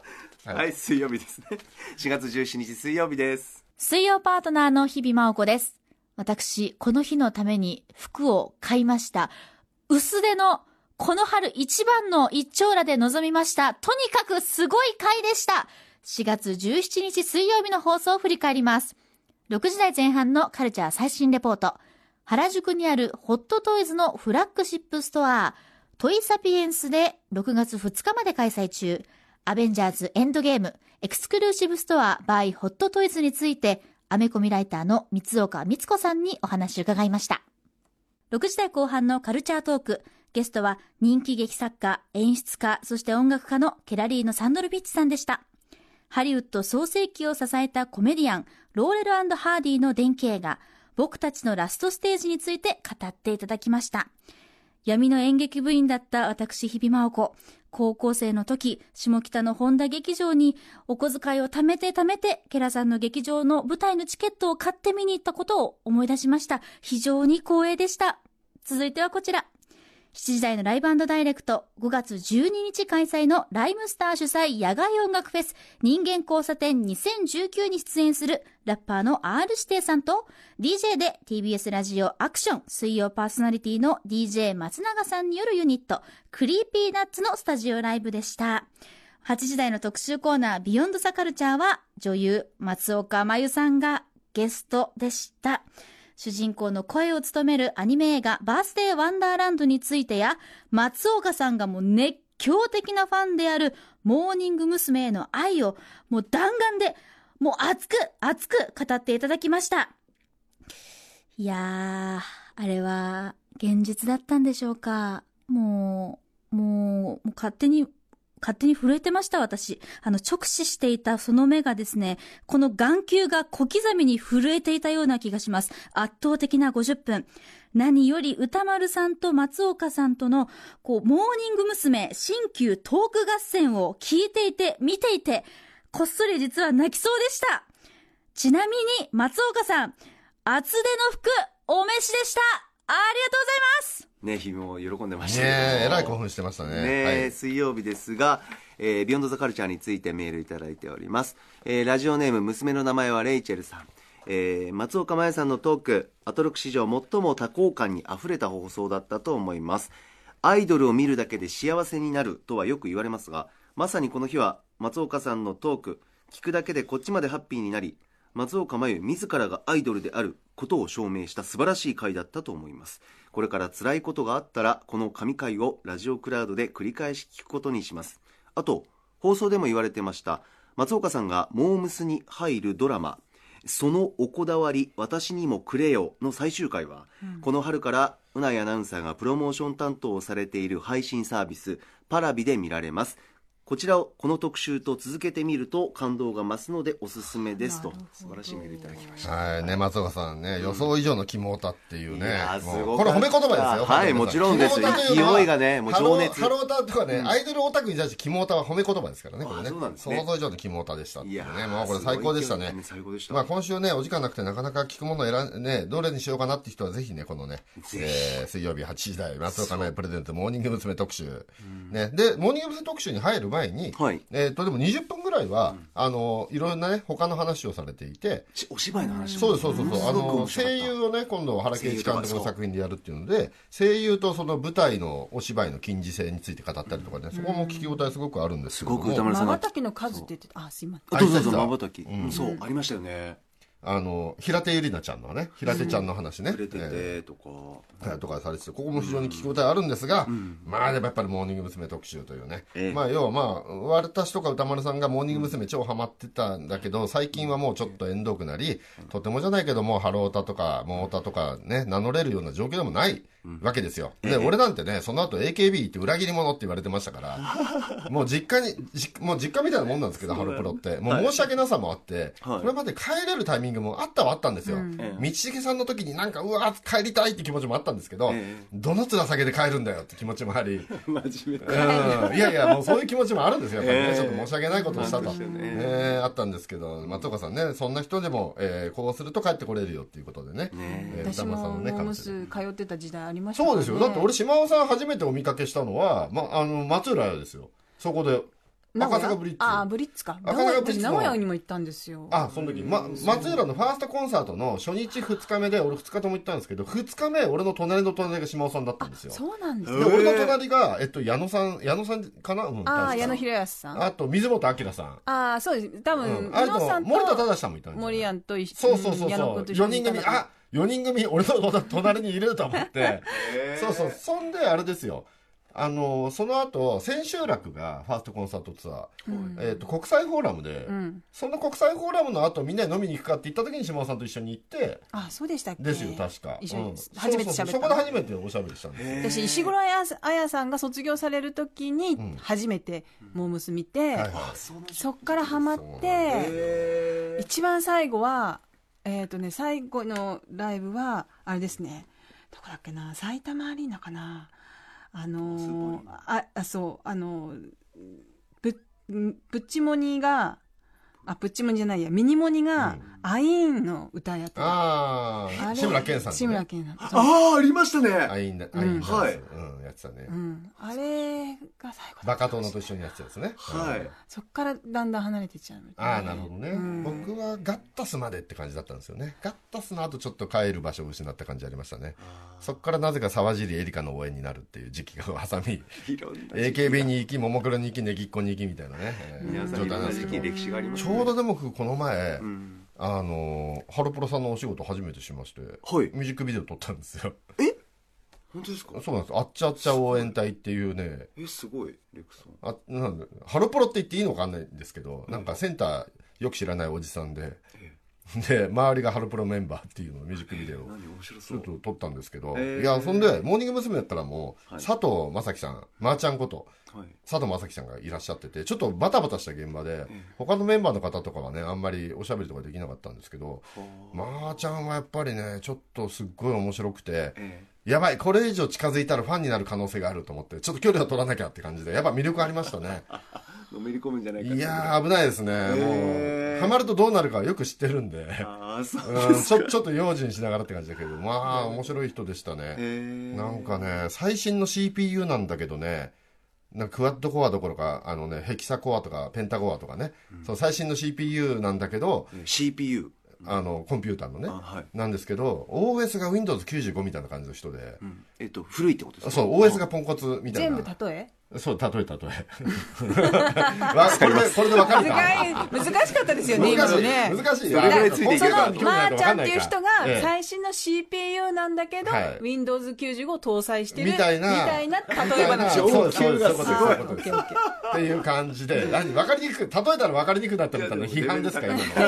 はい、水曜日ですね。4月17日水曜日です。 水曜パートナーの日々真央子です。私、この日のために服を買いました。薄手のこの春一番の一丁羅で臨みました。とにかくすごい買いでした。4月17日水曜日の放送を振り返ります。6時台前半のカルチャー最新レポート。原宿にあるホットトイズのフラッグシップストア、トイサピエンスで6月2日まで開催中。アベンジャーズエンドゲームエクスクルーシブストア by ホットトイズについて、アメコミライターの三岡光子さんにお話を伺いました。6時台後半のカルチャートーク。ゲストは人気劇作家、演出家、そして音楽家のケラリーノ・サンドルビッチさんでした。ハリウッド創世記を支えたコメディアン、ローレル&ハーディの伝記映画、僕たちのラストステージについて語っていただきました。闇の演劇部員だった私、日比真央子。高校生の時、下北の本田劇場にお小遣いを貯めてケラさんの劇場の舞台のチケットを買って見に行ったことを思い出しました。非常に光栄でした。続いてはこちら。7時台のライブ&ダイレクト、5月12日開催のライムスター主催野外音楽フェス人間交差点2019に出演するラッパーの R 指定さんと DJ で TBS ラジオアクション水曜パーソナリティの DJ 松永さんによるユニットクリーピーナッツのスタジオライブでした。8時台の特集コーナービヨンドザカルチャーは女優松岡真優さんがゲストでした。主人公の声を務めるアニメ映画バースデーワンダーランドについてや、松岡さんがもう熱狂的なファンであるモーニング娘。への愛をもう弾丸でもう熱く語っていただきました。いやー、あれは現実だったんでしょうか。もう勝手に震えてました私。直視していたその目がですね、この眼球が小刻みに震えていたような気がします。圧倒的な50分。何より歌丸さんと松岡さんとのモーニング娘。新旧トーク合戦を聞いていて見ていて、こっそり実は泣きそうでした。ちなみに松岡さん、厚手の服お召しでした。ありがとうございますね。日も喜んでましたね。 えらい興奮してましたね。 はい、水曜日ですが、ビヨンドザカルチャーについてメールいただいております。ラジオネーム娘の名前はレイチェルさん。松岡茉優さんのトーク、アトロク史上最も多幸感にあふれた放送だったと思います。アイドルを見るだけで幸せになるとはよく言われますが、まさにこの日は松岡さんのトーク、聞くだけでこっちまでハッピーになり、松岡茉優自らがアイドルであることを証明した素晴らしい回だったと思います。これから辛いことがあったらこの神回をラジオクラウドで繰り返し聞くことにします。あと放送でも言われてました松岡さんがモームスに入るドラマそのおこだわり私にもくれよの最終回は、この春からうないアナウンサーがプロモーション担当をされている配信サービスパラビで見られます。こちらをこの特集と続けてみると感動が増すのでおすすめですと素晴らしいメールいただきました。 はいね、松岡さんね、予想以上の肝オタっていうね、 これ褒め言葉ですよ。 はい、もちろんです。勢いがね、もう情熱。 ハロオタとかね、アイドルオタクに対して肝オタは褒め言葉ですからね、これね。 そうなんですね。 想像以上の肝オタでしたっていうね。もうこれ最高でしたね。 最高でした。 まあ今週ね、お時間なくてなかなか聞くものね、どれにしようかなって人はぜひね、このね、水曜日8時台松岡茉優プレゼントモーニング娘。特集ね。でモーニング娘。特集に入る前に、でも20分ぐらいは、いろんなね他の話をされていて、 お芝居の話もそう声優をね今度原敬一監督の作品でやるっていうので、声優とその舞台のお芝居の近似性について語ったりとかね、そこも聞き応えすごくあるんですけども、 瞬きの数って言ってた。すいません。 そう瞬き、そうありましたよね。 平手友梨奈ちゃんのね、平手ちゃんの話ね、 触れててとかされてて、ここも非常に聞き応えあるんですが、まあでもやっぱりモーニング娘。特集というね、まあ要は私とか歌丸さんがモーニング娘。超ハマってたんだけど、最近はもうちょっと縁遠くなり、とてもじゃないけどもハロータとかモータとかね名乗れるような状況でもないわけですよ。で俺なんてね、その後 AKB って裏切り者って言われてましたからもう実家みたいなもんなんですけど、ハロプロってもう申し訳なさもあって、これまで帰れるタイミングもあったんですよ。道重さんの時になんかうわ帰りたいって気持ちもあったんですけど、どの面下げで帰るんだよって気持ちもあり真面目いやもうそういう気持ちもあるんですよ、やっぱりね、ちょっと申し訳ないことをしたと、あったんですけど、松岡さんね、そんな人でも、こうすると帰ってこれるよっていうことでね、 私もモームス通ってた時代ありましたね。 そうですよ。だって俺島尾さん初めてお見かけしたのは、松浦ですよ。そこで赤坂ブリッツ。 ブリッツか。 赤坂ブリッツ名古屋にも行ったんですよ。 その時、松浦のファーストコンサートの初日2日目で、俺2日とも行ったんですけど、2日目、俺の隣の隣が島尾さんだったんですよ。 そうなんですね。で、俺の隣が、矢野さんかな矢野博康さん。 あと、水本明さん。 そうです。多分、 矢野さんと、森田忠さんもいたんですよ。 森安と一緒に。 そう。4人組、4人組、俺の隣にいると思って。そう。そんで、あれですよ。その後、千秋楽がファーストコンサートツアー、国際フォーラムで、その国際フォーラムの後みんなで飲みに行くかって言った時に島尾さんと一緒に行って、 そうでしたっけですよ、確か。 一緒に初めて喋った。 そこで初めておしゃべりしたんです。 私、石黒彩さんが卒業される時に、初めてモームス見て、そっからハマって、一番最後は、最後のライブは、あれですね、どこだっけな、埼玉アリーナかな。プッチモニが、プッチモニじゃないや、ミニモニが、アイーンの歌やってた。 志村けんさん。 志村けんさん。 ありましたね。 アイーンだ。はい。やってたね。 あれが最後だ。 バカ殿と一緒にやってたやつね。 はい。 そっからだんだん離れてっちゃう。 なるほどね。僕はガッタスまでって感じだったんですよね。ガッタスの後ちょっと帰る場所を失った感じありましたね。そっからなぜか沢尻エリカの応援になるっていう時期が挟み、AKB に行き、ももクロに行き、ネギっ子に行きみたいなね。 状態なんですけど。歴史があります。 ちょうどでもこの前、ハロプロさんのお仕事初めてしまして、ミュージックビデオ撮ったんですよ。 本当ですか？ そうなんです。あっちゃっちゃ応援隊っていうね。 すごい、レクさん。なんで、ハロプロって言っていいのかわかんないんですけど、なんかセンターよく知らないおじさんで、で、周りがハロプロメンバーっていうのをミュージックビデオをちょっと撮ったんですけど、いや、そんで、モーニング娘。だったらもう、佐藤正樹さん、まーちゃんこと、佐藤正樹さんがいらっしゃってて、ちょっとバタバタした現場で、他のメンバーの方とかはね、あんまりおしゃべりとかできなかったんですけど、まーちゃんはやっぱりね、ちょっとすっごい面白くて、やばい、これ以上近づいたらファンになる可能性があると思って、ちょっと距離を取らなきゃって感じで、やっぱ魅力ありましたね。 のめり込むんじゃないか。 いやー、危ないですね。もう、ハマるとどうなるかよく知ってるんで、ちょっと用心しながらって感じだけど、まあ、面白い人でしたね。なんかね、最新の CPU なんだけどね、なんかクワッドコアどころか、ヘキサコアとかペンタコアとかね、その最新の CPU なんだけど、 CPU？ コンピューターのね、なんですけど OS が Windows95 みたいな感じの人で、 古いってことですか？ そう、OS がポンコツみたいな。 全部例え？ そう、例え。これでわかるか？ 難しかったですよね、今のね。 難しいよ。 まーちゃんっていう人が最新の CPU なんだけど、Windows95 を搭載してるみたいな例え話を。 そう、そういうことすごい。っていう感じで、わかりにくく、例えたらわかりにくくなったみたいな批判ですか、今の。 いや、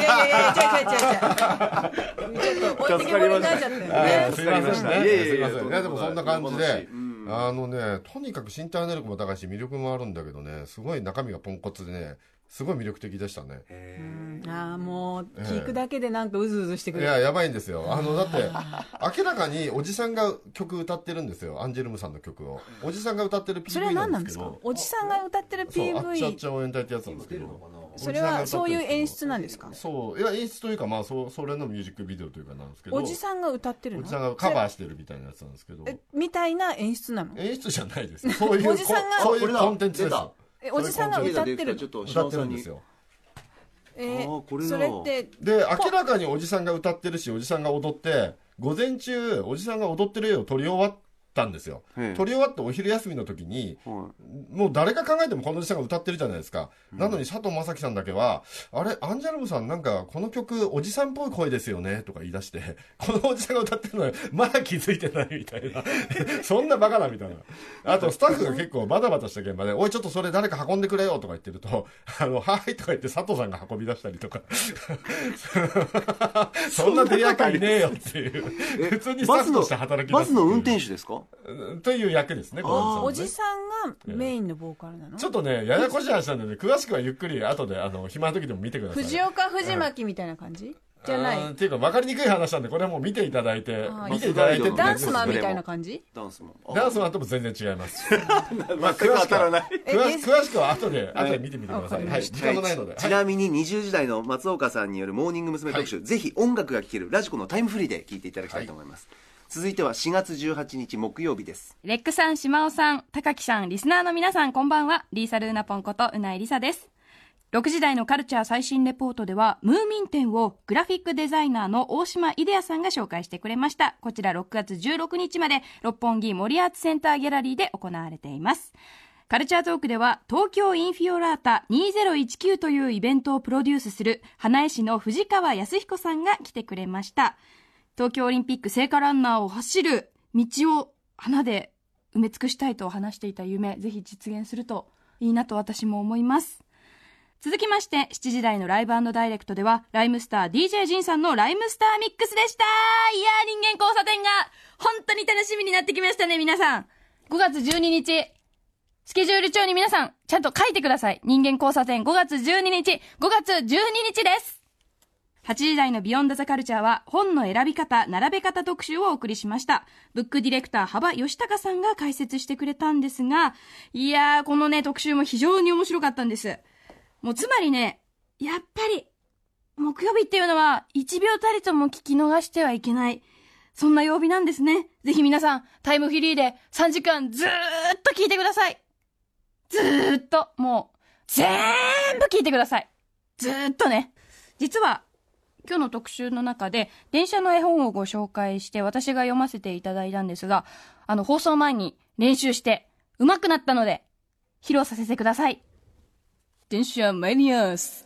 違う。ちょっと置いてきぼりになっちゃったよね。 すいませんね。すいませんね。でもそんな感じで、とにかく身体能力も高いし魅力もあるんだけどね、すごい中身がポンコツでね、すごい魅力的でしたね。 もう聞くだけでなんかうずうずしてくる。 いや、やばいんですよ。だって明らかにおじさんが曲歌ってるんですよ。アンジェルムさんの曲をおじさんが歌ってる PV それは何なんですか？おじさんが歌ってる PV。 あっちゃっちゃ応援隊ってやつなんですけど、 それはそういう演出なんですか？ そう、いや、演出というか、まあそれのミュージックビデオというかなんですけど、 おじさんが歌ってるの？ おじさんがカバーしてるみたいなやつなんですけど、 みたいな演出なの？ 演出じゃないです。そういうおじさんがそういうコンテンツです。 おじさんが歌ってる？ 歌ってるんですよ。 それってで、明らかにおじさんが歌ってるし、おじさんが踊って、午前中おじさんが踊ってる絵を撮り終わったんですよ。撮り終わってお昼休みの時に、もう誰が考えてもこのおじさんが歌ってるじゃないですか。なのに佐藤正樹さんだけは、あれ、アンジャルムさんなんかこの曲おじさんっぽい声ですよねとか言い出して、このおじさんが歌ってるのにまだ気づいてないみたいな。そんなバカなみたいな。あとスタッフが結構バタバタした現場で、おいちょっとそれ誰か運んでくれよとか言ってると、はいとか言って佐藤さんが運び出したりとか。そんな出役いねえよっていう。普通にスタッフとして働きます。 バスの運転手ですか？ という役ですね。 おじさんがメインのボーカルなの？ ちょっとね、ややこしい話なんでね、詳しくはゆっくり後で暇な時でも見てください。 藤岡藤巻みたいな感じじゃない？ っていうか分かりにくい話なんで、これはもう見ていただいて、 ダンスマンみたいな感じ？ ダンスマンとも全然違います。 全く当たらない。 詳しくは後で見てみてください。はい、時間もないので。 ちなみに20時代の松岡さんによるモーニング娘。特集、ぜひ音楽が聴けるラジコのタイムフリーで聴いていただきたいと思います。 続いては4月18日木曜日です。 レックさん、島尾さん、高木さん、リスナーの皆さん、こんばんは。リーサルーナポンことうないりさです。6時台のカルチャー最新レポートでは、ムーミン展をグラフィックデザイナーの大島イデアさんが紹介してくれました。こちら6月16日まで六本木森アーツセンターギャラリーで行われています。カルチャートークでは、東京インフィオラータ2019というイベントをプロデュースする花江市の藤川康彦さんが来てくれました。東京オリンピック聖火ランナーを走る道を花で埋め尽くしたいと話していた夢、ぜひ実現するといいなと私も思います。続きまして7時台のライブ&ダイレクトでは、ライムスター DJ ジンさんのライムスターミックスでした。いやー、人間交差点が本当に楽しみになってきましたね。皆さん5月12日スケジュール帳に皆さんちゃんと書いてください。人間交差点5月12日です。8時台のビヨンドザカルチャーは、本の選び方並べ方特集をお送りしました。ブックディレクター幅義孝さんが解説してくれたんですが、いやー、このね特集も非常に面白かったんです。もうつまりね、やっぱり木曜日っていうのは1秒たりとも聞き逃してはいけない、そんな曜日なんですね。ぜひ皆さんタイムフリーで3時間ずーっと聞いてください。ずーっともう全部聞いてください。ずーっとね。実は今日の特集の中で電車の絵本をご紹介して私が読ませていただいたんですが、放送前に練習して上手くなったので披露させてください。電車マニアス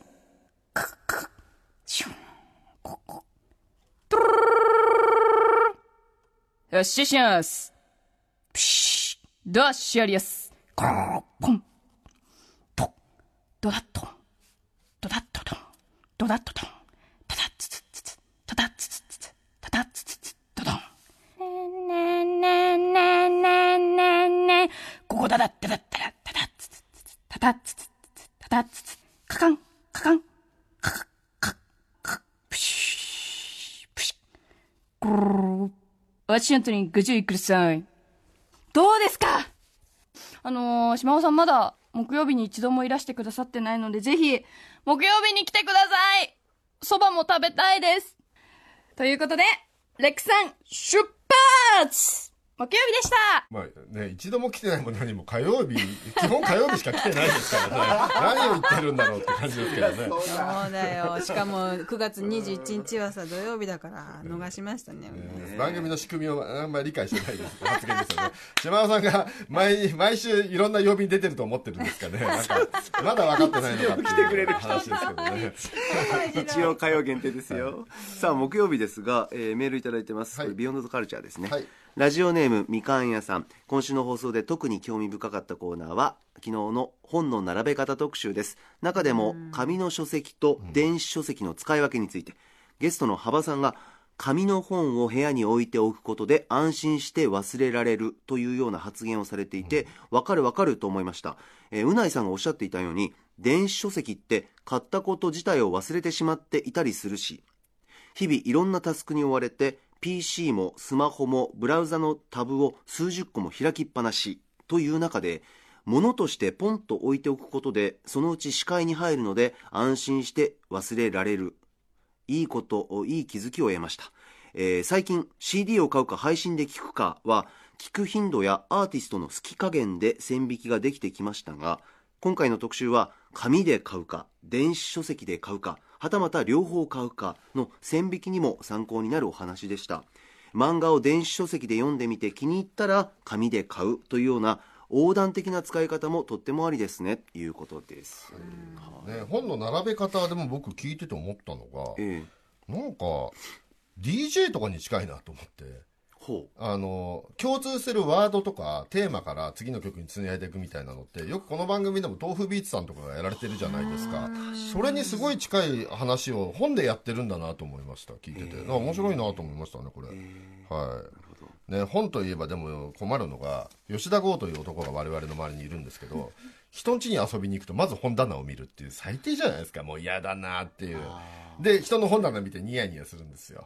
よっしゃしゃすピシッダッシャリアスコンコントドダットドダットドンドダットドンタタッツツツツタタッツツツツタタッツツツドドンねねねねねねここダダッダダッダダッタタッツツツタタッツツツタタッツツカカンカカンカカッカッカップシュプシュグルー足元にご注意ください。どうですか？島尾さんまだ木曜日に一度もいらしてくださってないので、ぜひ木曜日に来てください。そばも食べたいです。ということでレックさん出発。木曜日でした。 まあね、一度も来てないも何も火曜日、基本火曜日しか来てないですからね。何を言ってるんだろうって感じですけどね。 そうだよ。しかも9月21日はさ土曜日だから逃しましたね。 番組の仕組みをあんまり理解してないです発言ですよね。島尾さんが毎週いろんな曜日に出てると思ってるんですかね。なんかまだ分かってないのかっていう話ですけどね。 一応火曜限定ですよ。さあ木曜日ですが、メールいただいてます。ビヨンドカルチャーですね。はい、ラジオネームみかん屋さん、今週の放送で特に興味深かったコーナーは昨日の本の並べ方特集です。中でも紙の書籍と電子書籍の使い分けについて、ゲストの幅さんが紙の本を部屋に置いておくことで安心して忘れられるというような発言をされていて、わかるわかると思いました。うないさんがおっしゃっていたように、電子書籍って買ったこと自体を忘れてしまっていたりするし、日々いろんなタスクに追われてPC もスマホもブラウザのタブを数十個も開きっぱなしという中で、物としてポンと置いておくことでそのうち視界に入るので安心して忘れられる、いい気づきを得ました。最近 CD を買うか配信で聞くかは聞く頻度やアーティストの好き加減で線引きができてきましたが、今回の特集は紙で買うか電子書籍で買うかはたまた両方買うかの線引きにも参考になるお話でした。漫画を電子書籍で読んでみて気に入ったら紙で買うというような横断的な使い方もとってもありですねということです。 ね、本の並べ方でも僕聞いてて思ったのが、なんか DJ とかに近いなと思って、共通するワードとかテーマから次の曲につないでいくみたいなのってよくこの番組でも豆腐ビーツさんとかがやられてるじゃないですか。それにすごい近い話を本でやってるんだなと思いました。聞いてて面白いなと思いましたねこれ。はいね、本といえばでも困るのが吉田剛という男が我々の周りにいるんですけど、人ん家に遊びに行くとまず本棚を見るっていう最低じゃないですか。もう嫌だなっていうで、人の本棚見てニヤニヤするんですよ。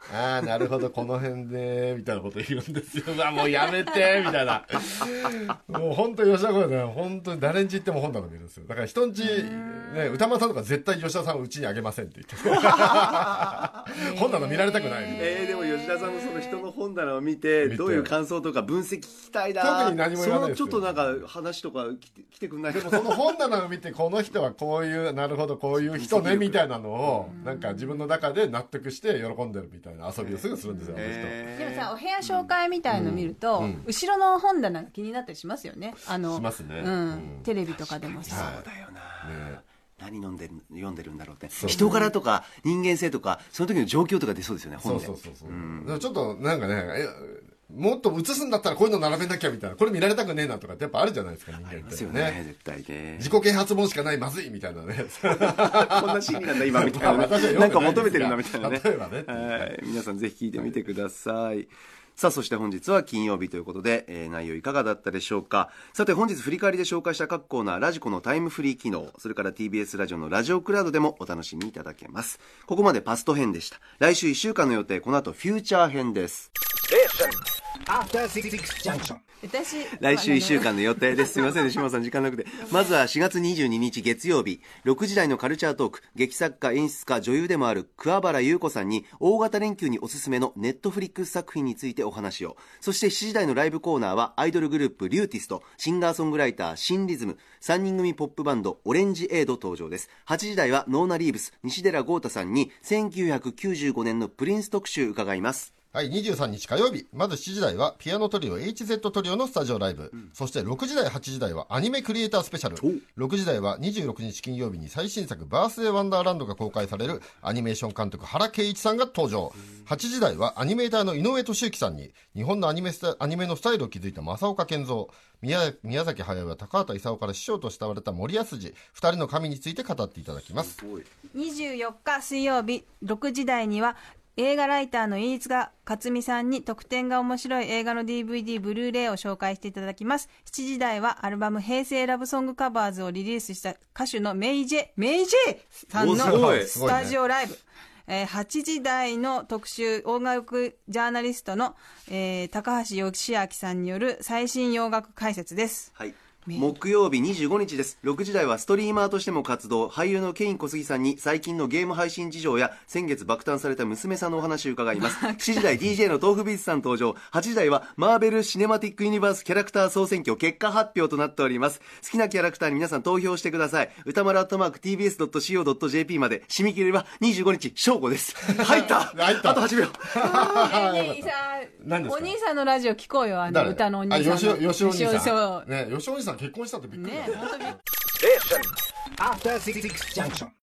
ああ、なるほど、この辺で、みたいなこと言うんですよ。もうやめて、みたいな。もう本当吉田君はね、本当に誰んち行っても本棚見るんですよ。だから人んち、ね、歌丸さんとか絶対吉田さんをうちにあげませんって言って。本棚見られたくない。 でも吉田さんのその人の本棚を見て、どういう感想とか分析聞きたいな。 特に何も言わないですよ。 そのちょっとなんか話とか来てくんない。 でもその本棚を見て、この人はこういう、なるほど、こういう人ね、みたいなのを、なんか自分の中で納得して喜んでるみたいな遊びをすぐするんですよ、 でもさ、お部屋紹介みたいの見ると、後ろの本棚が気になったりしますよね。 しますね。 テレビとかでもさ。 そうだよな。何読んでるんだろうって。人柄とか人間性とか、その時の状況とか出そうですよね、本で。 そう。ちょっとなんかね、もっと映すんだったらこういうの並べなきゃみたいな、これ見られたくねえなとかってやっぱあるじゃないですか、人間って。 ありますよね、絶対ね。 自己啓発本しかない、まずいみたいなね。 こんなシーンなんだ今みたいな。なんか求めてるなみたいなね。 例えばね。 皆さんぜひ聞いてみてください。さあ、そして本日は金曜日ということで、内容いかがだったでしょうか。さて、本日振り返りで紹介した各コーナー、ラジコのタイムフリー機能、それから TBS ラジオのラジオクラウドでもお楽しみいただけます。ここまでパスト編でした。来週1週間の予定、この後フューチャー編です。来週1週間の予定です。すいませんね、島さん時間なくて。まずは4月22日月曜日、6時台のカルチャートーク、劇作家、演出家、女優でもある桑原優子さんに大型連休におすすめのネットフリックス作品についてお話を。そして7時台のライブコーナーはアイドルグループリューティスト、シンガーソングライター、シンリズム、3人組ポップバンドオレンジエイド登場です。8時台はノーナリーブス、西寺豪太さんに1995年のプリンス特集伺います。 はい、23日火曜日、まず7時台はピアノトリオ HZ トリオのスタジオライブ、そして6時台8時台はアニメクリエイタースペシャル、6時台は26日金曜日に最新作バースデーワンダーランドが公開されるアニメーション監督原敬一さんが登場。8時台はアニメーターの井上俊之さんに日本のアニメのスタイルを築いた正岡健三、宮崎駿は高畑勲から師匠と慕われた森保二、2人の神について語っていただきます。 24日水曜日6時台には映画ライターの飯塚克美さんに特典が面白い映画の DVD ブルーレイを紹介していただきます。7時台はアルバム平成ラブソングカバーズをリリースした歌手のメイジェさんのスタジオライブ、8時台の特集、音楽ジャーナリストの、高橋義明さんによる最新洋楽解説です。 はい、木曜日25日です。6時台はストリーマーとしても活動、俳優のケイン小杉さんに最近のゲーム配信事情や先月爆誕された娘さんのお話を伺います。7時台 DJ の豆腐ビーツさん登場。8時台はマーベルシネマティックユニバースキャラクター総選挙結果発表となっております。好きなキャラクターに皆さん投票してください。歌丸@tbs.co.jp まで。締め切りは25日正午です。入ったあと8秒お兄さんのラジオ聞こうよ、歌のお兄さんの。 よしお兄さん。ね、よしお兄さん結婚したってびっくりだね。 本当に。 After 66 junction.